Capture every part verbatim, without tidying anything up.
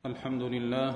الحمد لله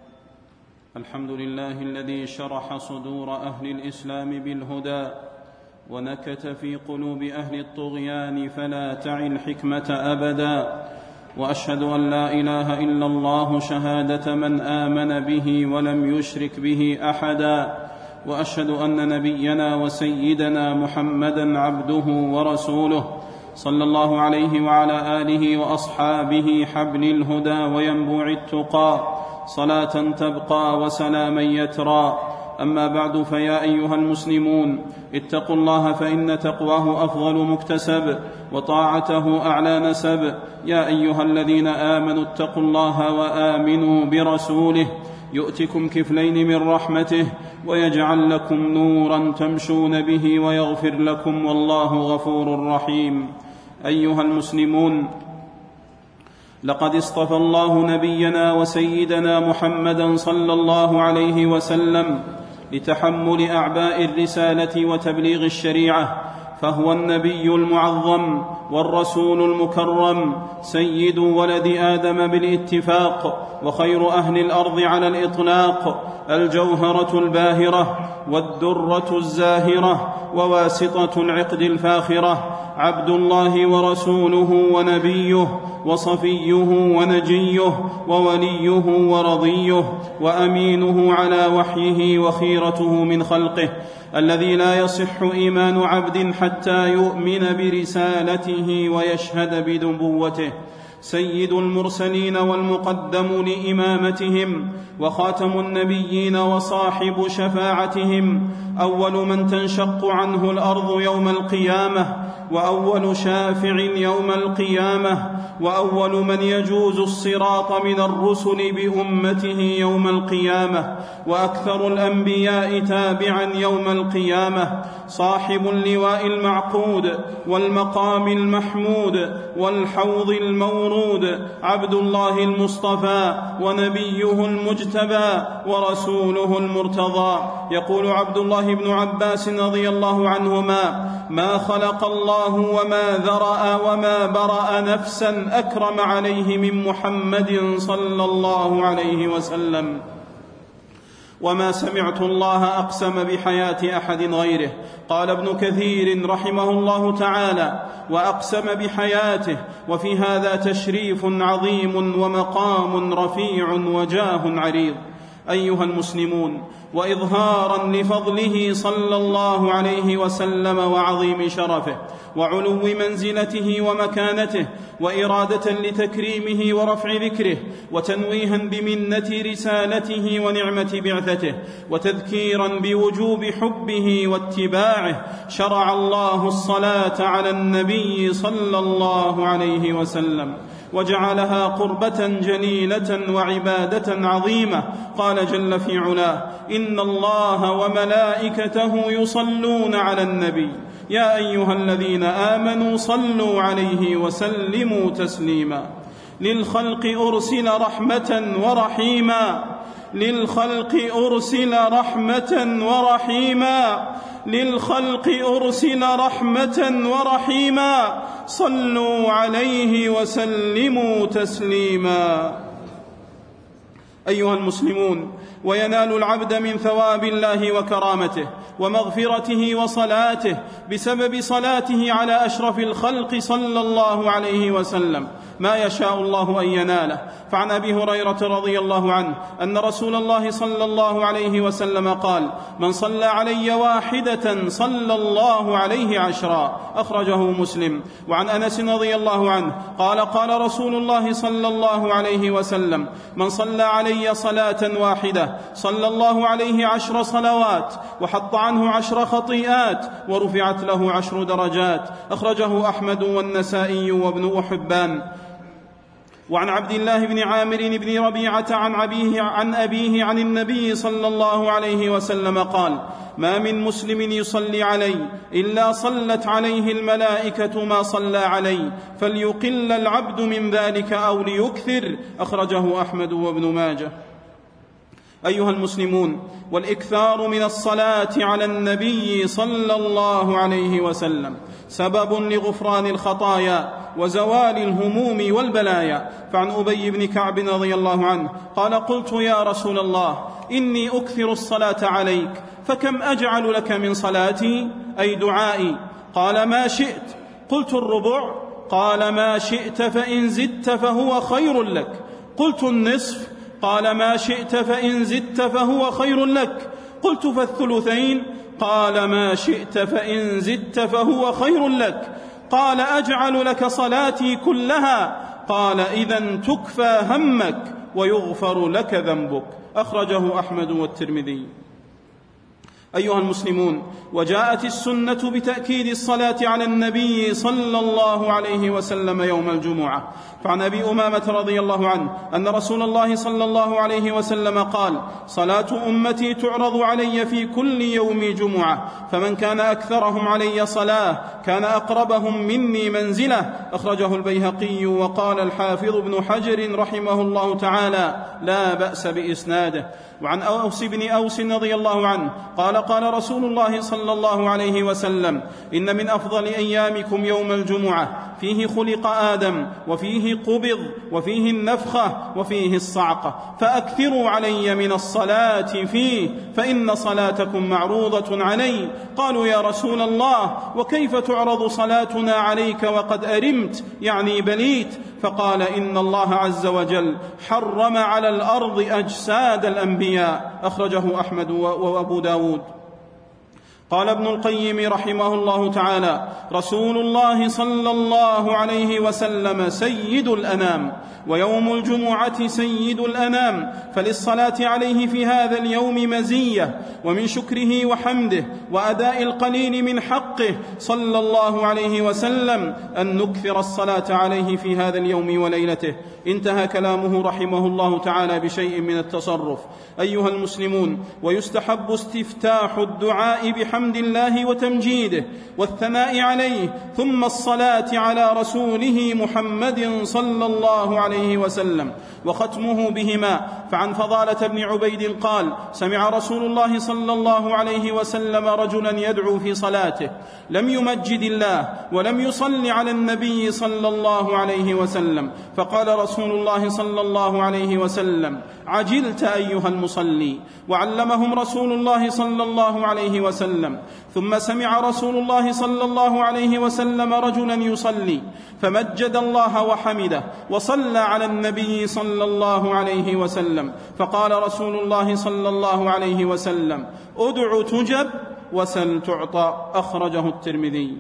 الحمد لله الذي شرح صدور أهل الإسلام بالهدى ونكت في قلوب أهل الطغيان فلا تعي الحكمة أبدا. وأشهد أن لا إله إلا الله شهادة من آمن به ولم يشرك به أحدا. وأشهد أن نبينا وسيدنا محمدا عبده ورسوله صلى الله عليه وعلى آله وأصحابه حبل الهدى وينبوع التقى صلاة تبقى وسلاما يترى. أما بعد، فيا أيها المسلمون اتقوا الله، فإن تقواه أفضل مكتسب وطاعته أعلى نسب. يا أيها الذين آمنوا اتقوا الله وآمنوا برسوله يؤتكم كفلين من رحمته ويجعل لكم نورا تمشون به ويغفر لكم، والله غفور رحيم. أيها المسلمون، لقد اصطفى الله نبينا وسيدنا محمدا صلى الله عليه وسلم لتحمل أعباء الرسالة وتبليغ الشريعة، فهو النبي المعظم والرسول المكرم، سيد ولد آدم بالاتفاق، وخير أهل الأرض على الإطلاق، الجوهرة الباهرة والدرة الزاهرة وواسطة العقد الفاخرة، عبد الله ورسوله ونبيه وصفيه ونجيه ووليه ورضيه وأمينه على وحيه وخيرته من خلقه، الذي لا يصح إيمان عبد حتى يؤمن برسالته ويشهد بنبوته، سيد المرسلين والمقدم لإمامتهم، وخاتم النبيين وصاحب شفاعتهم، أول من تنشق عنه الأرض يوم القيامة، وأول شافع يوم القيامة، وأول من يجوز الصراط من الرسل بأمته يوم القيامة، وأكثر الأنبياء تابعا يوم القيامة، صاحب اللواء المعقود والمقام المحمود والحوض المورود، عبد الله المصطفى ونبيه المجتبى ورسوله المرتضى. يقول عبد الله بن عباس رضي الله عنهما: ما خلق الله وما ذرأ وما برأ نفسا أكرم عليه من محمد صلى الله عليه وسلم، وما سمعت الله أقسم بحياة أحد غيره. قال ابن كثير رحمه الله تعالى: وأقسم بحياته، وفي هذا تشريف عظيم ومقام رفيع وجاه عريض. أيها المسلمون، وإظهارا لفضله صلى الله عليه وسلم وعظيم شرفه وعلو منزلته ومكانته، وإرادة لتكريمه ورفع ذكره، وتنويها بمنة رسالته ونعمة بعثته، وتذكيرا بوجوب حبه واتباعه، شرع الله الصلاة على النبي صلى الله عليه وسلم، وجعلها قربة جليلة وعبادة عظيمة. قال جل في علاه: إن الله وملائكته يصلون على النبي يا أيها الذين آمنوا صلوا عليه وسلموا تسليما. للخلق أرسل رحمة ورحيما، للخلق أرسل رحمة ورحيما، للخلق أرسل رحمة ورحيما، صلوا عليه وسلموا تسليما. أيها المسلمون، وينال العبد من ثواب الله وكرامته ومغفرته وصلاته بسبب صلاته على أشرف الخلق صلى الله عليه وسلم ما يشاء الله أن يناله. فعن أبي هريرة رضي الله عنه أن رسول الله صلى الله عليه وسلم قال: من صلى علي واحدة صلى الله عليه عشرا، أخرجه مسلم. وعن أنس رضي الله عنه قال: قال رسول الله صلى الله عليه وسلم: من صلى علي صلاة واحدة صلى الله عليه عشر صلوات، وحط عنه عشر خطيئات، ورفعت له عشر درجات. أخرجه أحمد والنسائي وابن حبان. وعن عبد الله بن عامر بن ربيعة عن أبيه عن أبيه عن النبي صلى الله عليه وسلم قال: ما من مسلم يصلي علي إلا صلت عليه الملائكة ما صلى علي، فليقل العبد من ذلك أو ليكثر. أخرجه أحمد وابن ماجه. أيها المسلمون، والإكثار من الصلاة على النبي صلى الله عليه وسلم سبب لغفران الخطايا وزوال الهموم والبلايا. فعن أبي بن كعب رضي الله عنه قال: قلت يا رسول الله إني أكثر الصلاة عليك، فكم أجعل لك من صلاتي أي دعائي؟ قال: ما شئت. قلت: الربع؟ قال: ما شئت، فإن زدت فهو خير لك. قلت: النصف؟ قال: ما شئت، فإن زدت فهو خير لك. قلت: فالثلثين؟ قال: ما شئت، فإن زدت فهو خير لك. قال: أجعل لك صلاتي كلها؟ قال: إذن تكفى همك ويغفر لك ذنبك. أخرجه أحمد والترمذي. أيها المسلمون، وجاءت السنة بتأكيد الصلاة على النبي صلى الله عليه وسلم يوم الجمعة. فعن أبي أمامة رضي الله عنه أن رسول الله صلى الله عليه وسلم قال: صلاة أمتي تعرض علي في كل يوم جمعة، فمن كان أكثرهم علي صلاة كان أقربهم مني منزلة. أخرجه البيهقي. وقال الحافظ ابن حجر رحمه الله تعالى: لا بأس بإسناده. وعن أوس بن أوس رضي الله عنه قال: قال رسول الله صلى الله عليه وسلم: إن من أفضل أيامكم يوم الجمعة، فيه خلق آدم، وفيه قبض، وفيه النفخة، وفيه الصعقة، فأكثروا علي من الصلاة فيه، فإن صلاتكم معروضة علي. قالوا: يا رسول الله، وكيف تعرض صلاتنا عليك وقد أرمت، يعني بليت؟ فقال: إن الله عز وجل حرم على الأرض أجساد الأنبياء. أخرجه أحمد وأبو داود. قال ابن القيم رحمه الله تعالى: رسول الله صلى الله عليه وسلم سيد الأنام، ويوم الجمعة سيد الأنام، فللصلاة عليه في هذا اليوم مزية، ومن شكره وحمده وأداء القليل من حقه صلى الله عليه وسلم أن نكثر الصلاة عليه في هذا اليوم وليلته. انتهى كلامه رحمه الله تعالى بشيء من التصرف. أيها المسلمون، ويستحب استفتاح الدعاء بحمد الله وتمجيده والثناء عليه، ثم الصلاة على رسوله محمد صلى الله عليه وسلم، وختمه بهما. فعن فضالة بن عبيد قال: سمع رسول الله صلى الله عليه وسلم رجلا يدعو في صلاته لم يمجد الله ولم يصل على النبي صلى الله عليه وسلم، فقال رسول الله صلى الله عليه وسلم: عجلت أيها المصلي. وعلمهم رسول الله صلى الله عليه وسلم. ثم سمع رسول الله صلى الله عليه وسلم رجلا يصلي فمجد الله وحمده وصلى على النبي صلى الله عليه وسلم، فقال رسول الله صلى الله عليه وسلم: ادع تجب وسل تعطى. أخرجه الترمذي.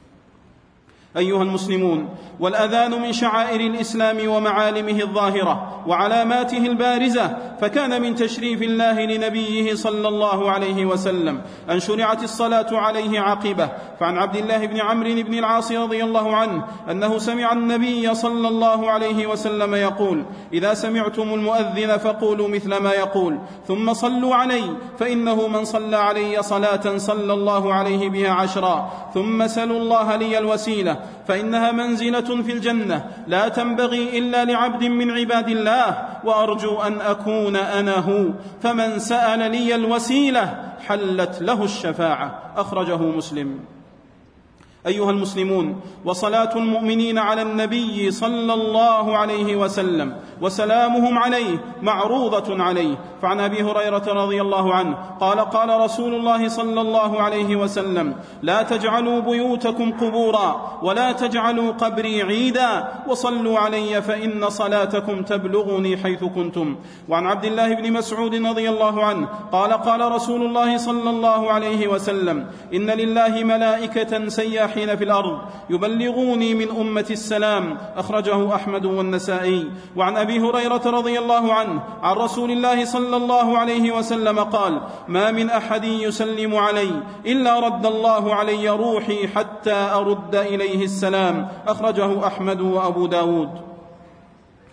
أيها المسلمون، والأذان من شعائر الإسلام ومعالمه الظاهرة وعلاماته البارزة، فكان من تشريف الله لنبيه صلى الله عليه وسلم أن شرعت الصلاة عليه عقبه. فعن عبد الله بن عمرو بن العاص رضي الله عنه أنه سمع النبي صلى الله عليه وسلم يقول: إذا سمعتم المؤذن فقولوا مثل ما يقول، ثم صلوا علي، فإنه من صلى علي صلاة صلى الله عليه بها عشرا، ثم سلوا الله لي الوسيلة، فإنها منزلة في الجنة لا تنبغي إلا لعبد من عباد الله، وأرجو أن أكون أنا هو، فمن سأل لي الوسيلة حلت له الشفاعة. أخرجه مسلم. أيها المسلمون، وصلاة المؤمنين على النبي صلى الله عليه وسلم وسلامهم عليه معروضة عليه. فعن أبي هريرة رضي الله عنه قال: قال رسول الله صلى الله عليه وسلم: لا تجعلوا بيوتكم قبورا، ولا تجعلوا قبري عيدا، وصلوا علي فإن صلاتكم تبلغني حيث كنتم. وعن عبد الله بن مسعود رضي الله عنه قال: قال رسول الله صلى الله عليه وسلم: إن لله ملائكة سياحين في الأرض يبلغوني من أمة السلام. أخرجه أحمد والنسائي. وعن أبي هريرة رضي الله عنه عن رسول الله صلى الله عليه وسلم قال: ما من أحد يسلم علي إلا رد الله علي روحي حتى أرد إليه السلام. أخرجه أحمد وأبو داود.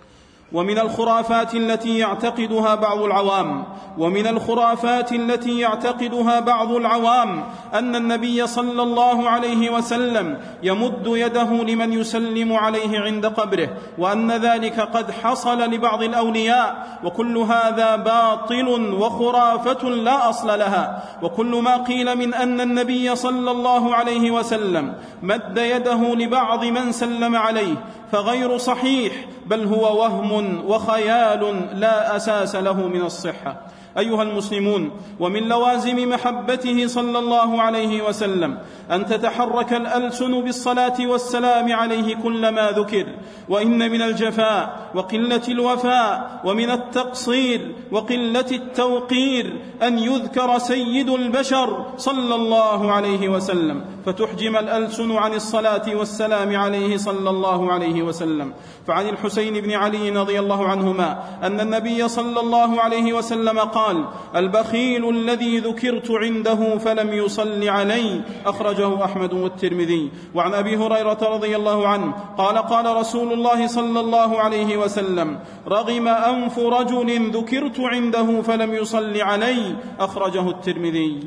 ومن الخرافات التي يعتقدها بعض العوام ومن الخرافات التي يعتقدها بعض العوام أن النبي صلى الله عليه وسلم يمد يده لمن يسلم عليه عند قبره، وأن ذلك قد حصل لبعض الأولياء، وكل هذا باطل وخرافة لا أصل لها. وكل ما قيل من أن النبي صلى الله عليه وسلم مد يده لبعض من سلم عليه فغير صحيح، بل هو وهم وخيال لا أساس له من الصحة. أيها المسلمون، ومن لوازم محبته صلى الله عليه وسلم أن تتحرك الألسن بالصلاة والسلام عليه كلما ذكر، وإن من الجفاء وقلة الوفاء ومن التقصير وقلة التوقير أن يذكر سيد البشر صلى الله عليه وسلم فتحجم الألسن عن الصلاة والسلام عليه صلى الله عليه وسلم. فعن الحسين بن علي رضي الله عنهما أن النبي صلى الله عليه وسلم قال: البخيل الذي ذكرت عنده فلم يصل علي، أخرجه أحمد والترمذي. وعن أبي هريرة رضي الله عنه قال: قال رسول الله صلى الله عليه وسلم: رغم أنف رجل ذكرت عنده فلم يصل علي، أخرجه الترمذي.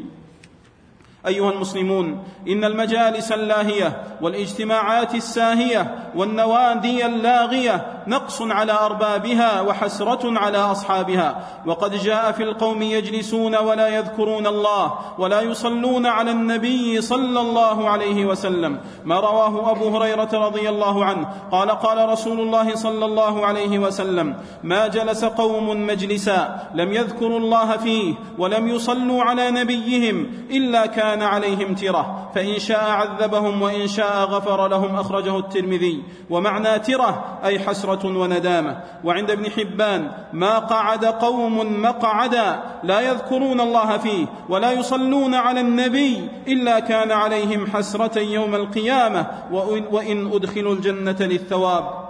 أيها المسلمون، إن المجالس اللاهية والاجتماعات الساهية والنوادي اللاغية نقص على أربابها وحسرة على أصحابها. وقد جاء في القوم يجلسون ولا يذكرون الله ولا يصلون على النبي صلى الله عليه وسلم، ما رواه أبو هريرة رضي الله عنه قال: قال رسول الله صلى الله عليه وسلم: ما جلس قوم مجلسا لم يذكروا الله فيه ولم يصلوا على نبيهم إلا كان عليهم ترة، فإن شاء عذبهم وإن شاء غفر لهم، أخرجه الترمذي. ومعنى ترة أي حسرة وندامة. وعند ابن حبان: ما قعد قوم مقعدا لا يذكرون الله فيه ولا يصلون على النبي إلا كان عليهم حسرة يوم القيامة وإن أدخلوا الجنة للثواب.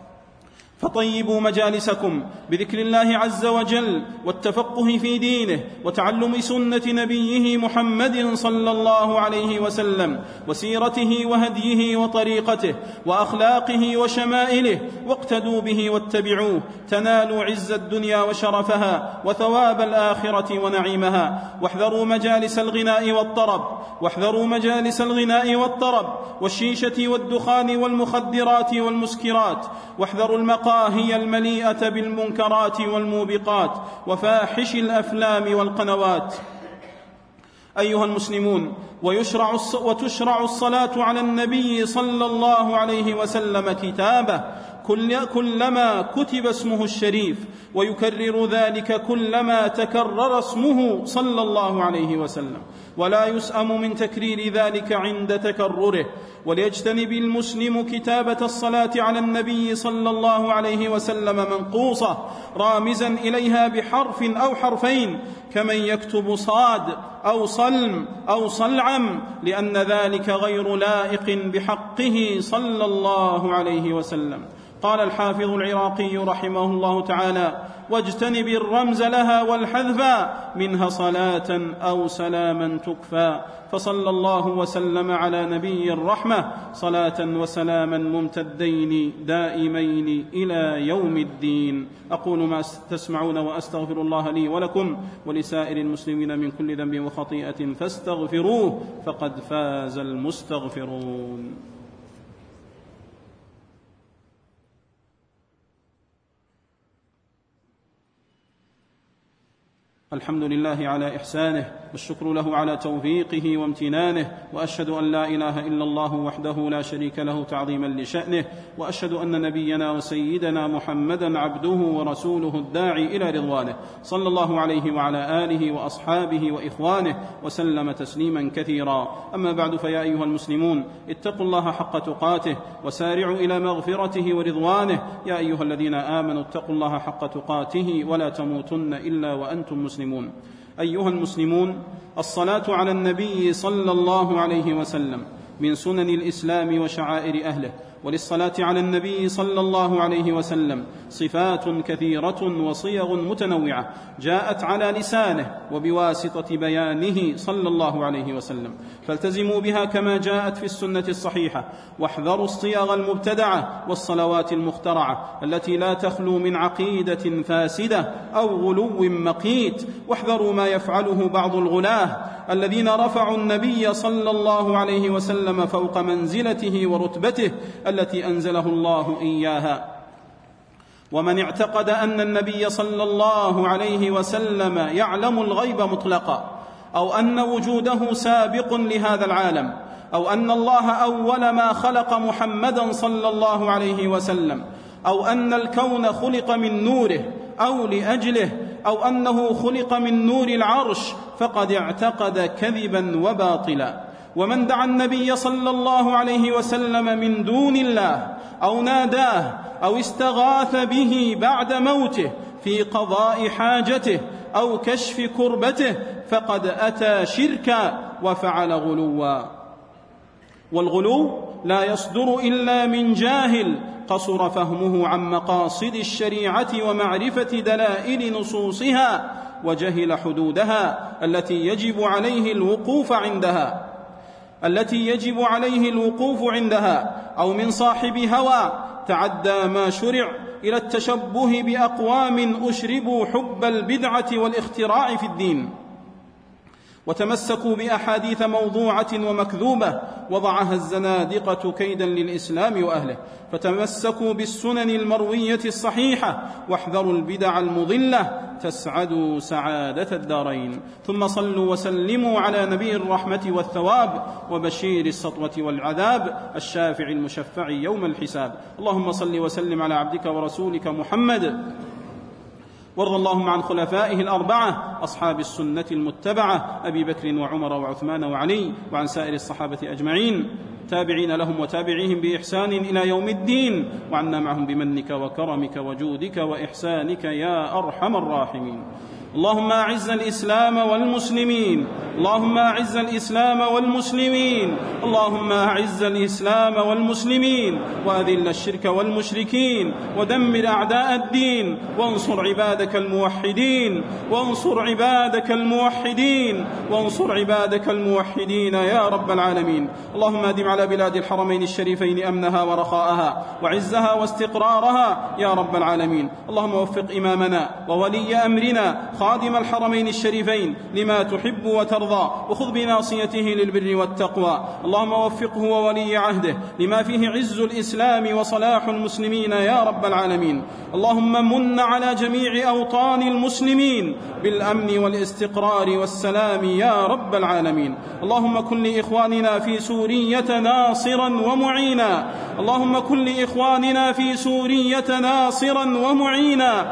فطيبوا مجالسكم بذكر الله عز وجل والتفقه في دينه وتعلم سنة نبيه محمد صلى الله عليه وسلم وسيرته وهديه وطريقته وأخلاقه وشمائله، واقتدوا به واتبعوه، تنالوا عز الدنيا وشرفها وثواب الآخرة ونعيمها. واحذروا مجالس الغناء والطرب واحذروا مجالس الغناء والطرب والشيشة والدخان والمخدرات والمسكرات، واحذروا المقام هي المليئة بالمنكرات والموبقات وفاحش الأفلام والقنوات. أيها المسلمون، ويشرع وتشرع الصلاة على النبي صلى الله عليه وسلم كتابة كلما كتب اسمه الشريف، ويكرر ذلك كلما تكرر اسمه صلى الله عليه وسلم، ولا يسأم من تكرير ذلك عند تكرره. وليجتنب المسلم كتابة الصلاة على النبي صلى الله عليه وسلم منقوصة رامزا إليها بحرف أو حرفين، كمن يكتب صاد أو صلم أو صلعم، لأن ذلك غير لائق بحقه صلى الله عليه وسلم. قال الحافظ العراقي رحمه الله تعالى: واجتنب الرمز لها والحذف منها صلاة أو سلاما تكفى. فصلى الله وسلم على نبي الرحمة صلاة وسلاما ممتدين دائمين إلى يوم الدين. أقول ما تسمعون وأستغفر الله لي ولكم ولسائر المسلمين من كل ذنب وخطيئة فاستغفروه فقد فاز المستغفرون. الحمد لله على إحسانه، والشكر له على توفيقه وامتنانه، وأشهد أن لا إله إلا الله وحده لا شريك له تعظيما لشأنه، وأشهد أن نبينا وسيدنا محمدا عبده ورسوله الداعي إلى رضوانه، صلى الله عليه وعلى آله وأصحابه وإخوانه وسلم تسليما كثيرا. أما بعد، فيا أيها المسلمون، اتقوا الله حق تقاته وسارعوا إلى مغفرته ورضوانه. يا أيها الذين آمنوا اتقوا الله حق تقاته ولا تموتن إلا وأنتم مسلمون. أيها المسلمون، الصلاة على النبي صلى الله عليه وسلم من سنن الإسلام وشعائر أهله، وللصلاة على النبي صلى الله عليه وسلم صفات كثيرة وصيغ متنوعة جاءت على لسانه وبواسطة بيانه صلى الله عليه وسلم، فالتزموا بها كما جاءت في السنة الصحيحة، واحذروا الصيغ المبتدعة والصلوات المخترعة التي لا تخلو من عقيدة فاسدة أو غلو مقيت، واحذروا ما يفعله بعض الغلاة الذين رفعوا النبي صلى الله عليه وسلم فوق منزلته ورتبته التي أنزله الله إياها. ومن اعتقد أن النبي صلى الله عليه وسلم يعلم الغيب مطلقا، أو أن وجوده سابق لهذا العالم، أو أن الله أول ما خلق محمدا صلى الله عليه وسلم، أو أن الكون خلق من نوره أو لأجله، أو أنه خلق من نور العرش، فقد اعتقد كذبا وباطلا. ومن دعا النبي صلى الله عليه وسلم من دون الله أو ناداه أو استغاث به بعد موته في قضاء حاجته أو كشف كربته فقد أتى شركا وفعل غلوا. والغلو لا يصدر إلا من جاهل قصر فهمه عن مقاصد الشريعة ومعرفة دلائل نصوصها، وجهل حدودها التي يجب عليه الوقوف عندها التي يجب عليه الوقوف عندها أو من صاحب هوى تعدى ما شرع إلى التشبه بأقوام أشربوا حب البدعة والاختراع في الدين، وتمسكوا بأحاديث موضوعة ومكذوبة وضعها الزنادقة كيدا للإسلام وأهله، فتمسكوا بالسنن المروية الصحيحة واحذروا البدع المضلة تسعدوا سعادة الدارين. ثم صلوا وسلموا على نبي الرحمة والثواب وبشير السطوة والعذاب الشافع المشفع يوم الحساب. اللهم صل وسلم على عبدك ورسولك محمد، وارض اللهم عن خلفائه الأربعة أصحاب السنة المتبعة أبي بكر وعمر وعثمان وعلي، وعن سائر الصحابة أجمعين تابعين لهم وتابعيهم بإحسان إلى يوم الدين، وعنا معهم بمنك وكرمك وجودك وإحسانك يا أرحم الراحمين. اللهم أعز الإسلام والمسلمين اللهم أعز الإسلام والمسلمين اللهم أعز الإسلام والمسلمين وأذل الشرك والمشركين ودمر أعداء الدين، وانصر عبادك الموحدين وانصر عبادك الموحدين وانصر عبادك الموحدين يا رب العالمين. اللهم أدم على بلاد الحرمين الشريفين أمنها ورخاءها وعزها واستقرارها يا رب العالمين. اللهم وفق إمامنا وولي أمرنا خادم الحرمين الشريفين لما تحب وترضى، وخذ بناصيته للبر والتقوى. اللهم وفقه وولي عهده لما فيه عز الإسلام وصلاح المسلمين يا رب العالمين. اللهم من على جميع أوطان المسلمين بالأمن والاستقرار والسلام يا رب العالمين. اللهم كن لإخواننا في سورية ناصرا ومعينا اللهم كن لإخواننا في سورية ناصرا ومعينا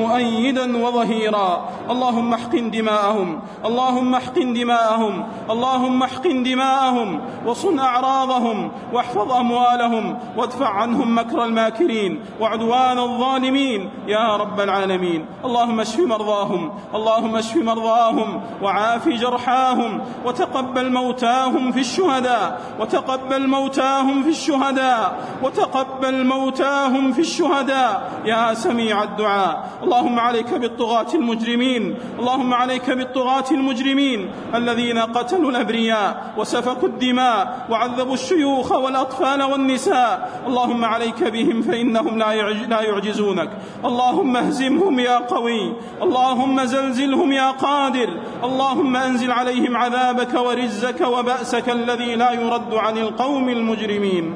ومؤيدا وظهيرا. اللهم احقن دماءهم اللهم احقن دماءهم اللهم احقن دماءهم وصن أعراضهم واحفظ أموالهم وادفع عنهم مكر الماكرين وعدوان الظالمين يا رب العالمين. اللهم اشف مرضاهم اللهم اشف مرضاهم وعاف جرحاهم وتقبل موتاهم في الشهداء وتقبل موتاهم في الشهداء وتقبل موتاهم في الشهداء يا سميع الدعاء. اللهم عليك بالطغاة المجرمين اللهم عليك بالطغاة المجرمين الذين قتلوا الأبرياء وسفكوا الدماء وعذبوا الشيوخ والأطفال والنساء. اللهم عليك بهم فإنهم لا يعجزونك. اللهم اهزمهم يا قوي اللهم زلزلهم يا قادر. اللهم أنزل عليهم عذابك ورزك وبأسك الذي لا يرد عن القوم المجرمين.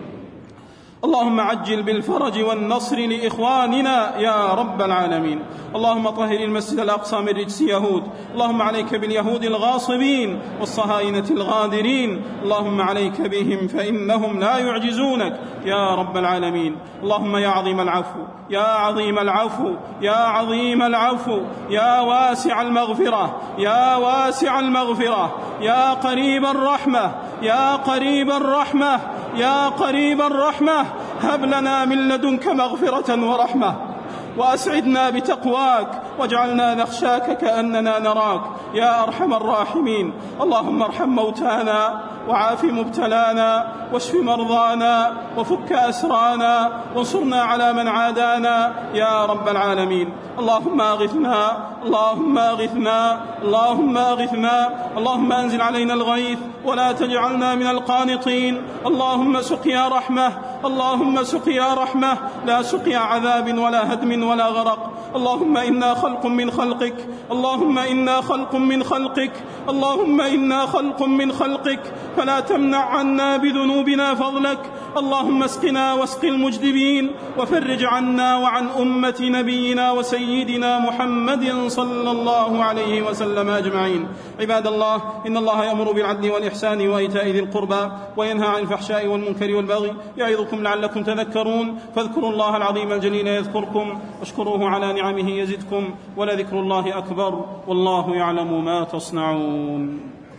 اللهم عجل بالفرج والنصر لإخواننا يا رب العالمين. اللهم طهر المسجد الأقصى من رجس يهود. اللهم عليك باليهود الغاصبين والصهاينة الغادرين. اللهم عليك بهم فإنهم لا يعجزونك يا رب العالمين. اللهم يا عظيم العفو يا عظيم العفو يا عظيم العفو يا واسع المغفرة يا واسع المغفرة يا قريب الرحمة يا قريب الرحمة يا قريب الرحمة هب لنا من لدنك مغفرة ورحمة وأسعدنا بتقواك واجعلنا نخشاك كأننا نراك يا أرحم الراحمين. اللهم ارحم موتانا وعاف مبتلانا واشف مرضانا وفك أسرانا وانصرنا على من عادانا يا رب العالمين. اللهم أغثنا اللهم أغثنا اللهم أغثنا اللهم أنزل علينا الغيث ولا تجعلنا من القانطين. اللهم سقيا رحمة اللهم سقيا رحمة لا سقيا عذاب ولا هدم ولا غرق. اللهم إنا خلق من خلقك اللهم إنا خلق من خلقك اللهم إنا خلق من خلقك فلا تمنع عنا بذنوبنا فضلك. اللهم اسقنا واسق المجدبين وفرج عنا وعن أمة نبينا وسيدنا محمد صلى الله عليه وسلم أجمعين. عباد الله، إن الله يأمر بالعدل والإحسان وإيتاء ذي القربى وينهى عن الفحشاء والمنكر والبغي يعظكم لعلكم تذكرون. فاذكروا الله العظيم الجليل يذكركم واشكروه على نعمه يزدكم ولذكر الله أكبر والله يعلم ما تصنعون.